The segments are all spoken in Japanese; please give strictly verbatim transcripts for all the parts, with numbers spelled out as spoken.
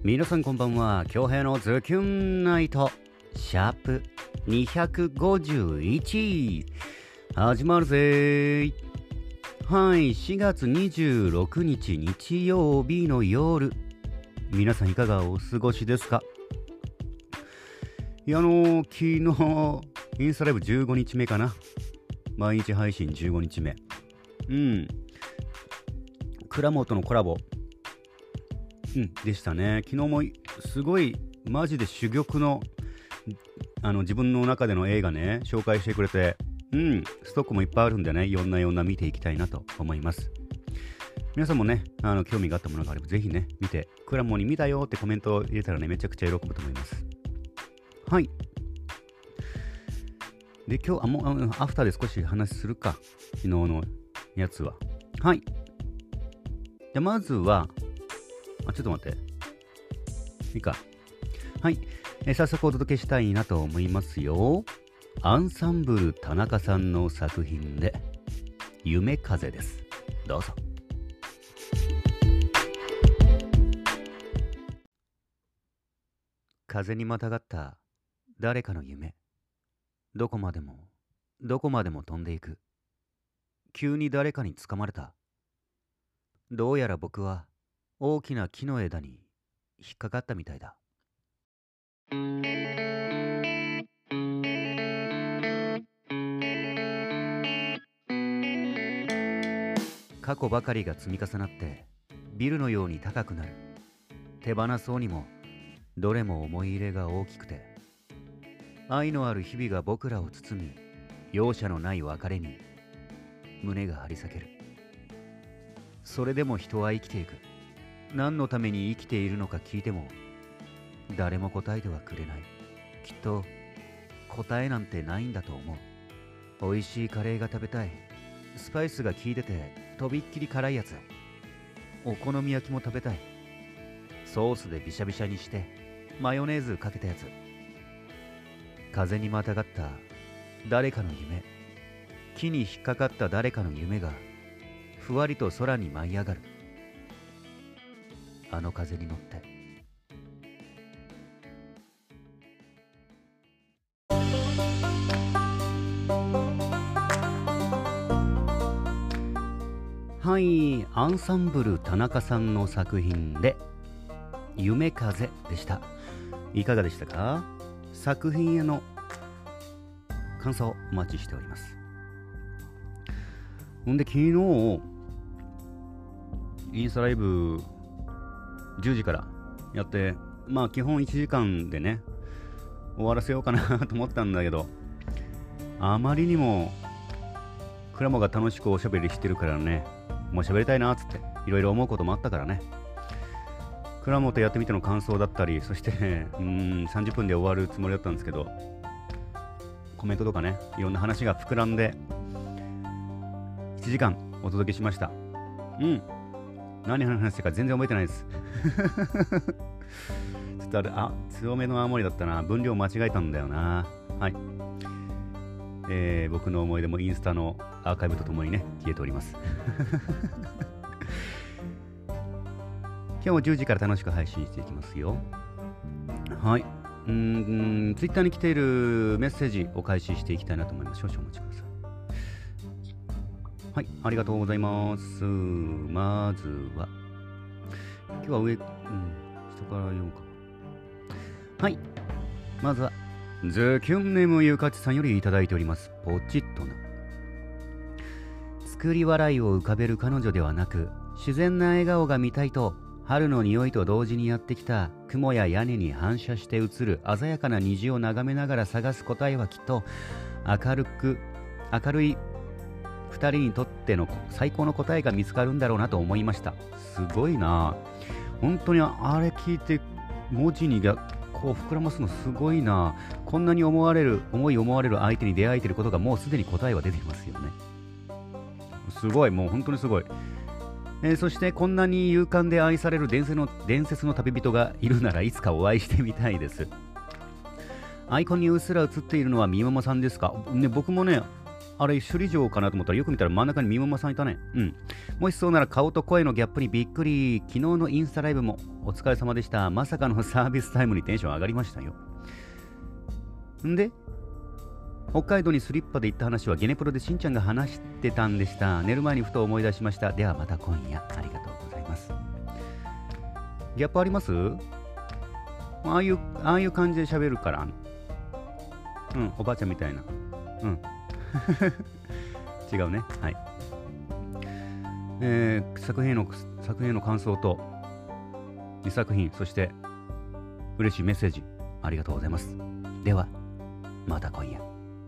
皆さんこんばんは。京平のズキュンナイトシャープにひゃくごじゅういち始まるぜー。はい、しがつにじゅうろくにち日曜日の夜、皆さんいかがお過ごしですか？いやあのー、昨日インスタライブじゅうごにちめかな。毎日配信じゅうごにちめ。うん倉本のコラボうんでしたね。昨日もすごいマジで珠玉のあの自分の中での映画ね紹介してくれて、うんストックもいっぱいあるんでね、いろんないろんな見ていきたいなと思います。皆さんもねあの興味があったものがあればぜひね見て、クラモに見たよってコメントを入れたらねめちゃくちゃ喜ぶと思います。はい。で今日あもうアフターで少し話するか、昨日のやつは。はい。じゃまずはあちょっと待って。いいか。はい、えー。早速お届けしたいなと思いますよ。アンサンブル田中さんの作品で夢風です。どうぞ。風にまたがった誰かの夢。どこまでもどこまでも飛んでいく。急に誰かに掴まれた。どうやら僕は大きな木の枝に引っかかったみたいだ。過去ばかりが積み重なってビルのように高くなる。手放そうにもどれも思い入れが大きくて、愛のある日々が僕らを包み、容赦のない別れに胸が張り裂ける。それでも人は生きていく。何のために生きているのか聞いても誰も答えてはくれない。きっと答えなんてないんだと思う。美味しいカレーが食べたい。スパイスが効いててとびっきり辛いやつ。お好み焼きも食べたい。ソースでビシャビシャにしてマヨネーズかけたやつ。風にまたがった誰かの夢。木に引っかかった誰かの夢がふわりと空に舞い上がる。あの風に乗って。はい、アンサンブル田中さんの作品で夢風でした。いかがでしたか？作品への感想お待ちしております。ほんで昨日インスタライブじゅうじからやって、まあ基本いちじかんでね終わらせようかなと思ったんだけど、あまりにもクラモが楽しくおしゃべりしてるからね、もう喋りたいなっつっていろいろ思うこともあったからね、クラモとやってみての感想だったり、そして、ね、うーんさんじゅっぷんで終わるつもりだったんですけど、コメントとかねいろんな話が膨らんでいちじかんお届けしました。うん何話したか全然覚えてないですちょっとあれ、あ、強めの青森だったな。分量間違えたんだよな。はい、えー、僕の思い出もインスタのアーカイブとともにね消えております今日もじゅうじから楽しく配信していきますよ。はい、うーんツイッターに来ているメッセージを開始していきたいなと思います。少々お待ちください。はい、ありがとうございます。まずは今日は上、うん、下から読むか。はい、まずはズキュンネームゆかちさんよりいただいております。ポチッとな。作り笑いを浮かべる彼女ではなく、自然な笑顔が見たいと、春の匂いと同時にやってきた雲や屋根に反射して映る鮮やかな虹を眺めながら探す答えはきっと明るく明るいふたりにとっての最高の答えが見つかるんだろうなと思いました。すごいな。本当にあれ聞いて文字にがこう膨らますのすごいな。こんなに思われる思い思われる相手に出会えていることがもうすでに答えは出ていますよね。すごい、もう本当にすごい。えー、そしてこんなに勇敢で愛される伝説の伝説の旅人がいるならいつかお会いしてみたいです。アイコンにうっすら映っているのはみももさんですかね。僕もねあれ、首里城かなと思ったらよく見たら真ん中にみももさんいたね。うん。もしそうなら顔と声のギャップにびっくり。昨日のインスタライブもお疲れ様でした。まさかのサービスタイムにテンション上がりましたよ。んで、北海道にスリッパで行った話はゲネプロでしんちゃんが話してたんでした。寝る前にふと思い出しました。ではまた今夜。ありがとうございます。ギャップあります？ああいう、ああいう感じで喋るから。うん、おばあちゃんみたいな。うん。違うね。はい。えー、作品への、作品への感想と、にさく品、そして嬉しいメッセージ、ありがとうございます。では、また今夜。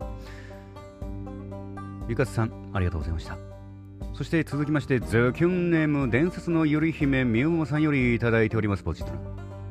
ゆかつさん、ありがとうございました。そして続きまして、ズキュンネーム、伝説のゆり姫、みゆももさんよりいただいております。ポチッとな。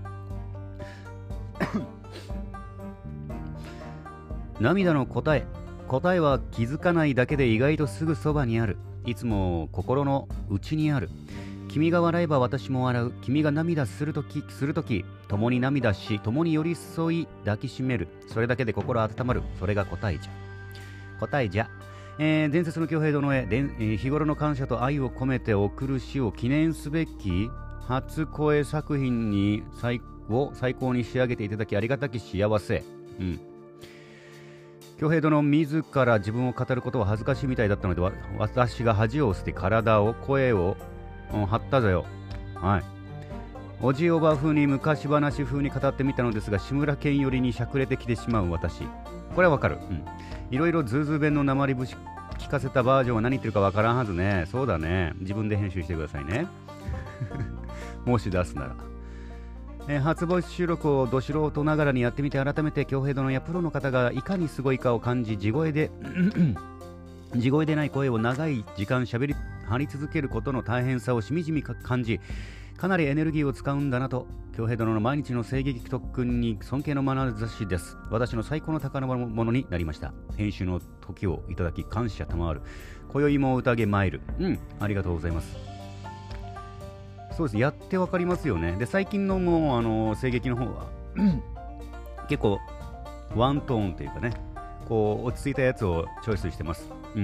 涙の答え。答えは気づかないだけで意外とすぐそばにある。いつも心の内にある。君が笑えば私も笑う。君が涙するとき、するとき、共に涙し、共に寄り添い、抱きしめる。それだけで心温まる。それが答えじゃ。答えじゃ。えー、伝説の京平殿へ、でんえー、日頃の感謝と愛を込めて送る詩を記念すべき初声作品に最を最高に仕上げていただきありがたき幸せ。うん。京平殿自ら自分を語ることは恥ずかしいみたいだったので、私が恥を捨て体を声を、うん、張ったぞよ。はい。おじおば風に昔話風に語ってみたのですが、志村けん寄りにしゃくれてきてしまう私。これはわかる。うん。いろいろズーズー弁の訛り節聞かせたバージョンは何言ってるかわからんはずね。そうだね。自分で編集してくださいね。もし出すなら。えー、初ボイス収録をど素人ながらにやってみて、改めて京平殿やプロの方がいかにすごいかを感じ、地声で地声でない声を長い時間しゃべり張り続けることの大変さをしみじみ感じ、かなりエネルギーを使うんだなと、京平殿の毎日の声劇特訓に尊敬の眼差しです。私の最高の宝物になりました。編集の時をいただき感謝賜る。今宵も宴参る。うん、ありがとうございます。そうです、やってわかりますよね。で、最近のもうあの声劇の方は結構ワントーンというかね、こう落ち着いたやつをチョイスしてます。うん。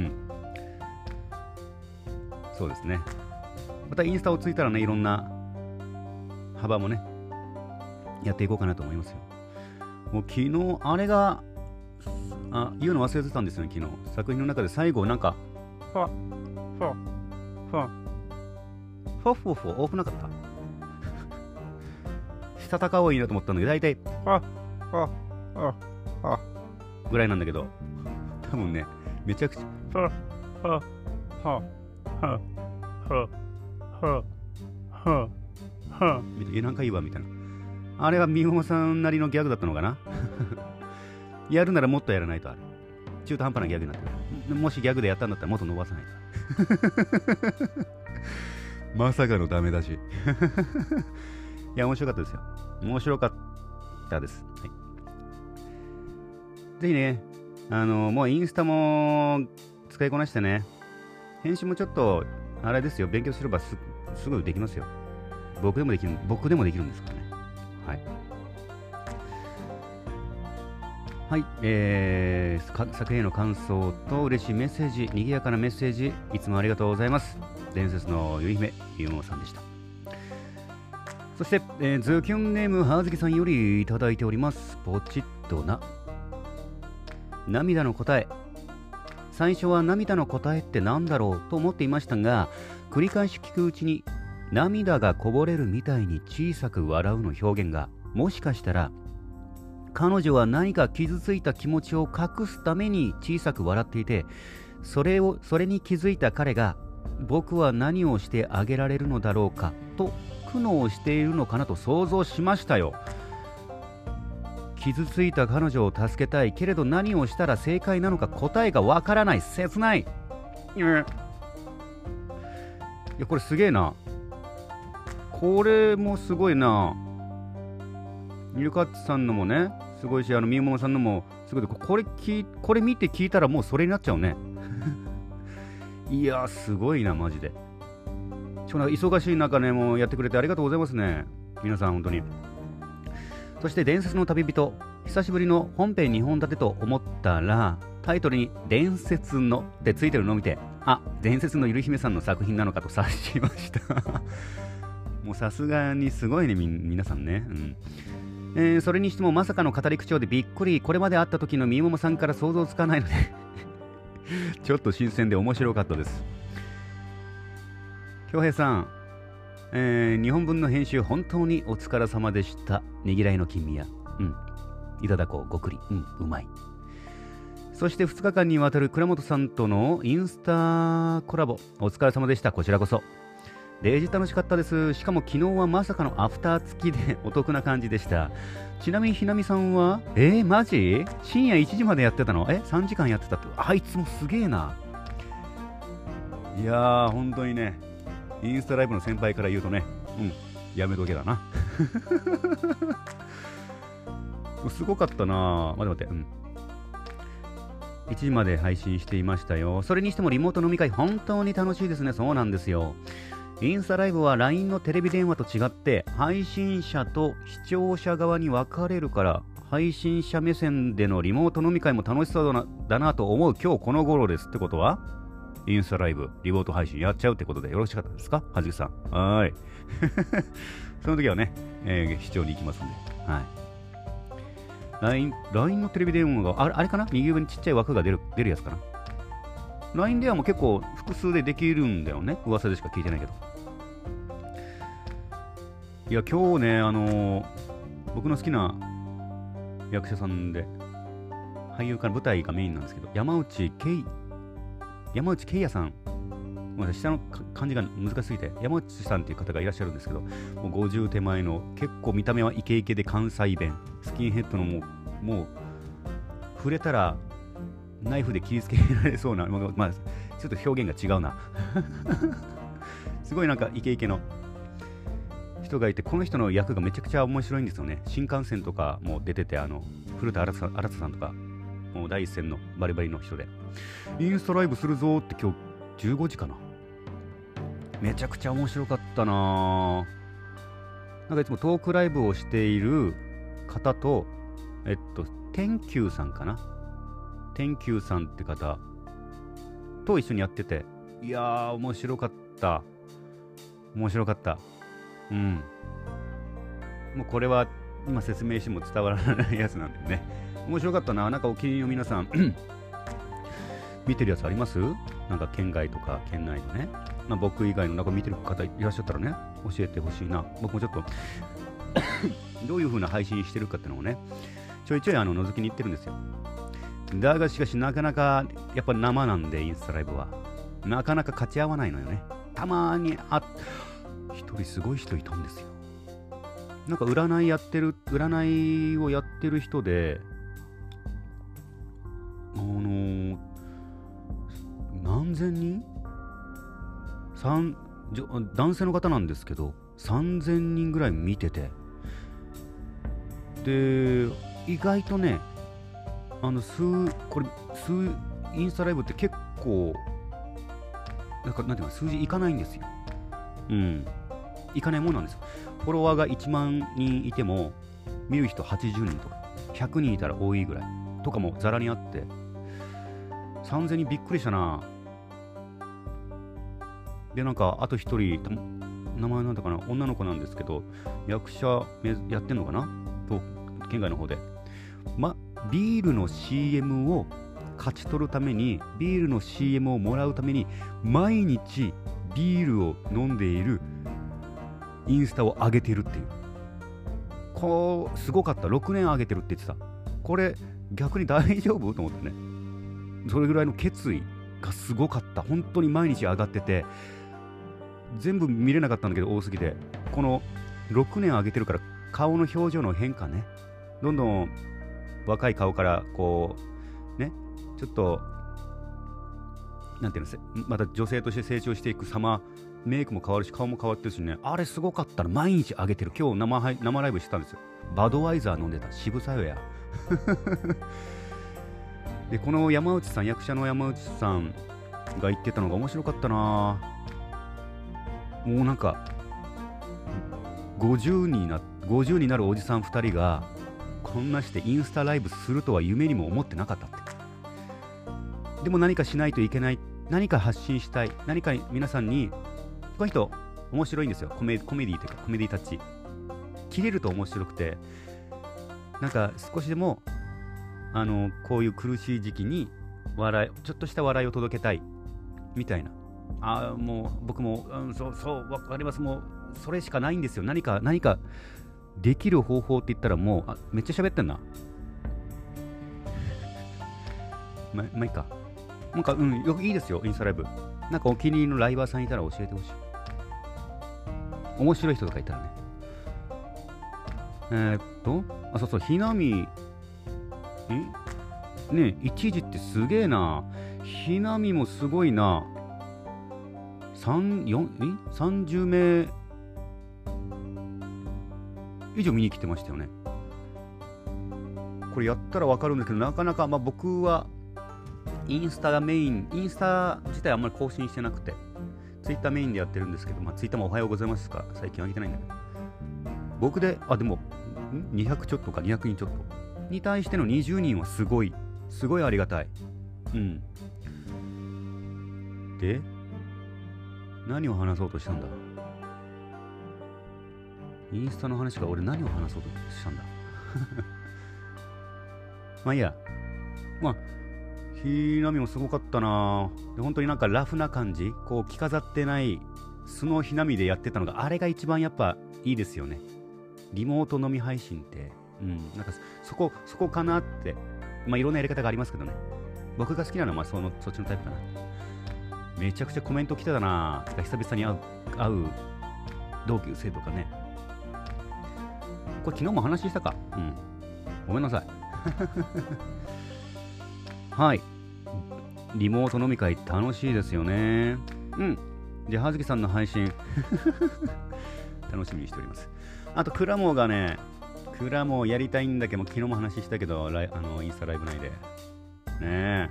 そうですね。またインスタをついたらね、いろんな幅もね、やっていこうかなと思いますよ。もう昨日、あれが、あ、言うの忘れてたんですよね、昨日。作品の中で最後、なんか、ファ、ファ、ファ、ファフォフォ多くなかったしたたか多いなと思ったんだけど、大体、ファ、ファ、ファ、ファぐらいなんだけど、多分ね、めちゃくちゃ、ファ、ファ、ファ、ファ、ファ、ファ、ファ、ファ、みたいな、なんかいいわ、みたいな。あれはみほもさんなりのギャグだったのかなやるならもっとやらないとあれ。中途半端なギャグになってる。もしギャグでやったんだったらもっと伸ばさないと。まさかのダメだし。いや、面白かったですよ。面白かったです。はい、ぜひね、あの、もうインスタも使いこなしてね、編集もちょっと、あれですよ、勉強すれば す, すぐできますよ。僕でもできる、僕でもできるんですからね。はい。はい、えー、作品への感想と嬉しいメッセージ、賑やかなメッセージ、いつもありがとうございます。伝説のゆい姫、ゆうももさんでした。そして、えー、ズキュンネーム、はずきさんよりいただいております。ポチッとな。涙の答え。最初は涙の答えって何だろうと思っていましたが、繰り返し聞くうちに、涙がこぼれるみたいに小さく笑うの表現が、もしかしたら、彼女は何か傷ついた気持ちを隠すために小さく笑っていて、それを、それに気づいた彼が、僕は何をしてあげられるのだろうかと苦悩しているのかなと想像しましたよ。傷ついた彼女を助けたいけれど何をしたら正解なのか答えがわからない。切ない。いや、これすげえな。これもすごいな。ゆかつさんのもねすごいし、あのみゆももさんのもすごい。これきこれ見て聞いたらもうそれになっちゃうね。いやすごいなマジで。しかも忙しい中ねもうやってくれてありがとうございますね皆さん本当に。そして伝説の旅人、久しぶりの本編にほん立てと思ったらタイトルに伝説のってついてるのを見て、あ、伝説のゆる姫さんの作品なのかと察しましたもうさすがにすごいね、み皆さんね、うんえー、それにしてもまさかの語り口調でびっくり。これまで会った時のみももさんから想像つかないのでちょっと新鮮で面白かったです。京平さん、えー、日本文の編集本当にお疲れ様でした。ねぎらいの金宮、うんいただこうごくり、うんうまい。そしてふつかかんにわたる倉本さんとのインスタコラボお疲れ様でした。こちらこそデージ楽しかったです。しかも昨日はまさかのアフター付きでお得な感じでした。ちなみにひなみさんはえー、マジ深夜いちじまでやってたの？えさんじかんやってたって。あいつもすげえな。いやー本当にね、インスタライブの先輩から言うとね、うんやめとけだなすごかったな。待って待って、うんいちじまで配信していましたよ。それにしてもリモート飲み会本当に楽しいですね。そうなんですよ。インスタライブは ライン のテレビ電話と違って配信者と視聴者側に分かれるから、配信者目線でのリモート飲み会も楽しそうだな、だなと思う今日この頃です。ってことはインスタライブリモート配信やっちゃうってことでよろしかったですか、はじきさん。はーいその時はね、えー、視聴に行きますんで、はい。ライン、ライン のテレビ電話があれ、あれかな、右上にちっちゃい枠が出る、出るやつかな。ライン 電話も結構複数でできるんだよね。噂でしか聞いてないけど。いや、今日ね、あのー、僕の好きな役者さんで、俳優から舞台がメインなんですけど、山内圭、山内圭也さん。私、下の漢字が難しすぎて、山内さんっていう方がいらっしゃるんですけど、もうごじゅう手前の、結構見た目はイケイケで関西弁、スキンヘッドのもう、もう、触れたら、ナイフで切りつけられそうな、まあ、ちょっと表現が違うな。すごいなんかイケイケの人がいて、この人の役がめちゃくちゃ面白いんですよね。新幹線とかも出てて、あの、古田新太さんとか、もう第一線のバリバリの人で、インスタライブするぞって今日じゅうごじかな。めちゃくちゃ面白かったな。なんかいつもトークライブをしている方と、えっと、天球さんかな。天球さんって方と一緒にやってて、いやー面白かった。面白かった。うん。もうこれは今説明しても伝わらないやつなんでね。面白かったな。なんかお気に入りの皆さん見てるやつあります？なんか県外とか県内のね。まあ、僕以外のなんか見てる方いらっしゃったらね、教えてほしいな。僕もちょっとどういう風な配信してるかっていうのをね、ちょいちょいあの覗きに行ってるんですよ。だがしかしなかなかやっぱ生なんで、インスタライブはなかなか勝ち合わないのよね。たまにあ一人すごい人いたんですよ。なんか占いやってる占いをやってる人で、あのー、何千人三男性の方なんですけどさんぜんにんぐらい見てて、で意外とね、あの数これ数インスタライブって結構なんかなんていうか数字いかないんですよ。うん、いかないもんなんですよ。フォロワーがいちまんにんいても見る人はちじゅうにんとかひゃくにんいたら多いぐらいとかもざらにあって、さんぜんにんびっくりしたな。でなんかあと一人名前なんだかな、女の子なんですけど役者やってんのかなと県外の方で、まビールの シーエム を勝ち取るために、ビールの シーエム をもらうために毎日ビールを飲んでいるインスタを上げてるっていう、こうすごかった。ろくねん上げてるって言ってた。これ逆に大丈夫と思ってね。それぐらいの決意がすごかった。本当に毎日上がってて、全部見れなかったんだけど多すぎて、このろくねん上げてるから顔の表情の変化ね、どんどん若い顔からこうね、ちょっとなんていうの、また女性として成長していく様、メイクも変わるし顔も変わってるしね、あれすごかったら毎日上げてる。今日 生, 生ライブしてたんですよ。バドワイザー飲んでた。渋さよやでこの山内さん、役者の山内さんが言ってたのが面白かったな。もうなんかごじゅうになごじゅうになるおじさんふたりがこんなしてインスタライブするとは夢にも思ってなかったって。 でも何かしないといけない、何か発信したい、何か皆さんに、この人面白いんですよ。コメ、コメディというかコメディタッチ。切れると面白くて、なんか少しでもあのこういう苦しい時期に笑い、ちょっとした笑いを届けたいみたいな。ああ、もう僕も、うん、そうそうわかります。もうそれしかないんですよ。何か何かできる方法って言ったらもう、あ、めっちゃ喋ってんな。ま、まあいいか。なんか、うん、よくいいですよ、インスタライブ。なんかお気に入りのライバーさんいたら教えてほしい。面白い人とかいたらね。えー、っと、あ、そうそう、ひなみ、えねえ、一時ってすげえな。ひなみもすごいな。さん、よん、え ?さんじゅう 名以上見に来てましたよね。これやったらわかるんですけど、なかなか、まあ僕は、インスタがメイン、インスタ自体あんまり更新してなくて、ツイッターメインでやってるんですけど、まあツイッターもおはようございますか、最近上げてないんだけど。僕で、あ、でも、んにひゃくちょっとか、にひゃくにんちょっと。に対してのにじゅうにんはすごい、すごいありがたい。うん。で、何を話そうとしたんだ？インスタの話が俺何を話そうとしたんだまあいいや。まあ、ひなみもすごかったな。で、本当になんかラフな感じ、こう着飾ってない素のひなみでやってたのが、あれが一番やっぱいいですよね。リモート飲み配信って、うん、なんかそこ、そこかなって、まあいろんなやり方がありますけどね。僕が好きなのはまあその、そっちのタイプかな。めちゃくちゃコメント来てたな。久々に会う、会う同級生とかね。これ昨日も話したか。うん。ごめんなさい。はい。リモート飲み会楽しいですよね。うん。じゃあ、はずきさんの配信楽しみにしております。あと、クラモーがね、クラモーやりたいんだけど、昨日も話したけど、ライあのインスタライブ内で。ねえ。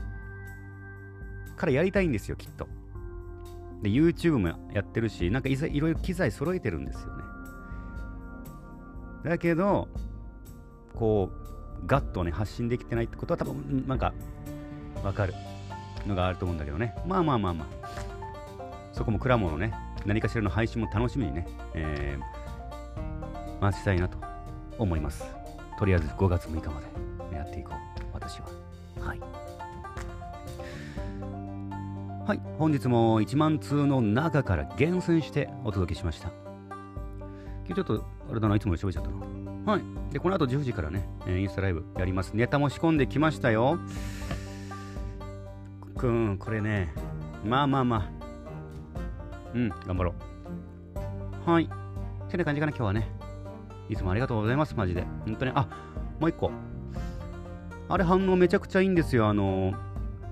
彼やりたいんですよ、きっと。で、YouTube もやってるし、なんかいざいろいろ機材揃えてるんですよね。だけど、こう、ガッとね、発信できてないってことは多分、なんか、わかるのがあると思うんだけどね。まあまあまあまあ。そこもクラモのね、何かしらの配信も楽しみにね、えー、待ちたいなと思います。とりあえずごがつむいかまでやっていこう、私は。はい。はい、本日もいちまん通の中から厳選してお届けしました。今日ちょっと、あれだな、いつもより喋っちゃったな。はい。で、この後じゅうじからね、えー、インスタライブやります。ネタも仕込んできましたよ。くん、これね、まあまあまあ。うん、頑張ろう。はい。てな感じかな、今日はね。いつもありがとうございます、マジで。本当に。あ、もう一個。あれ反応めちゃくちゃいいんですよ。あのー、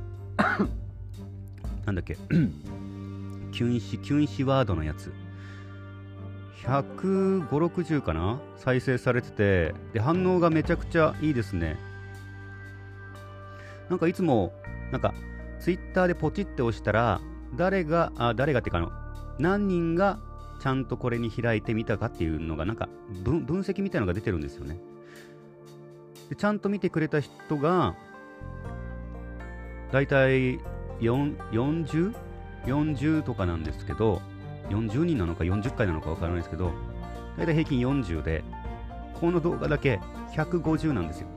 なんだっけ。キュンシ、キュンシワードのやつ。ひゃくごじゅう、ろくじゅうかな再生されてて、で、反応がめちゃくちゃいいですね。なんかいつも、なんか、ツイッターでポチって押したら、誰が、あ、誰がっていうかあの、何人がちゃんとこれに開いてみたかっていうのが、なんか分、分析みたいなのが出てるんですよね。で、ちゃんと見てくれた人が、だいたいよんじゅう?よんじゅう とかなんですけど、よんじゅうにんなのかよんじゅっかいなのかわからないですけど、だいたい平均よんじゅうで、この動画だけひゃくごじゅうなんですよ。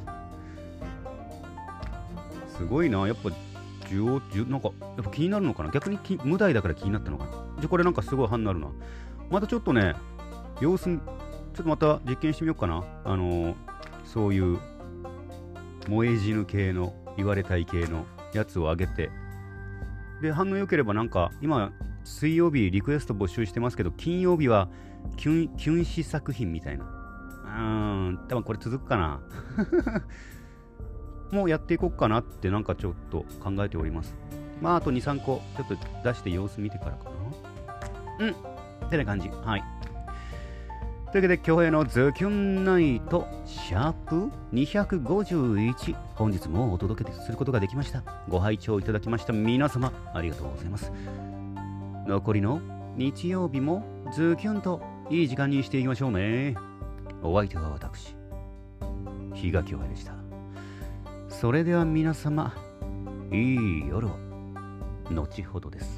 すごいな、やっぱ、じゅう、じゅうなんか、やっぱ気になるのかな、逆に無題だから気になったのかな。じゃ、これなんかすごい反応なるな。またちょっとね、様子、ちょっとまた実験してみようかな。あのー、そういう、萌え死ぬ系の、言われたい系のやつを上げて、で、反応良ければなんか、今、水曜日リクエスト募集してますけど、金曜日はキュン、キュンシ作品みたいな。うーん、多分これ続くかな。もうやっていこうかなってなんかちょっと考えております。まああとに、さんこちょっと出して様子見てからかな。うん。ってな感じ。はい。というわけで今日へのズキュンナイトシャープにひゃくごじゅういち、本日もお届けすることができました。ご拝聴いただきました皆様ありがとうございます。残りの日曜日もズキュンといい時間にしていきましょうね。お相手は私、比嘉恭平でした。それでは皆様、 いい夜を。後ほどです。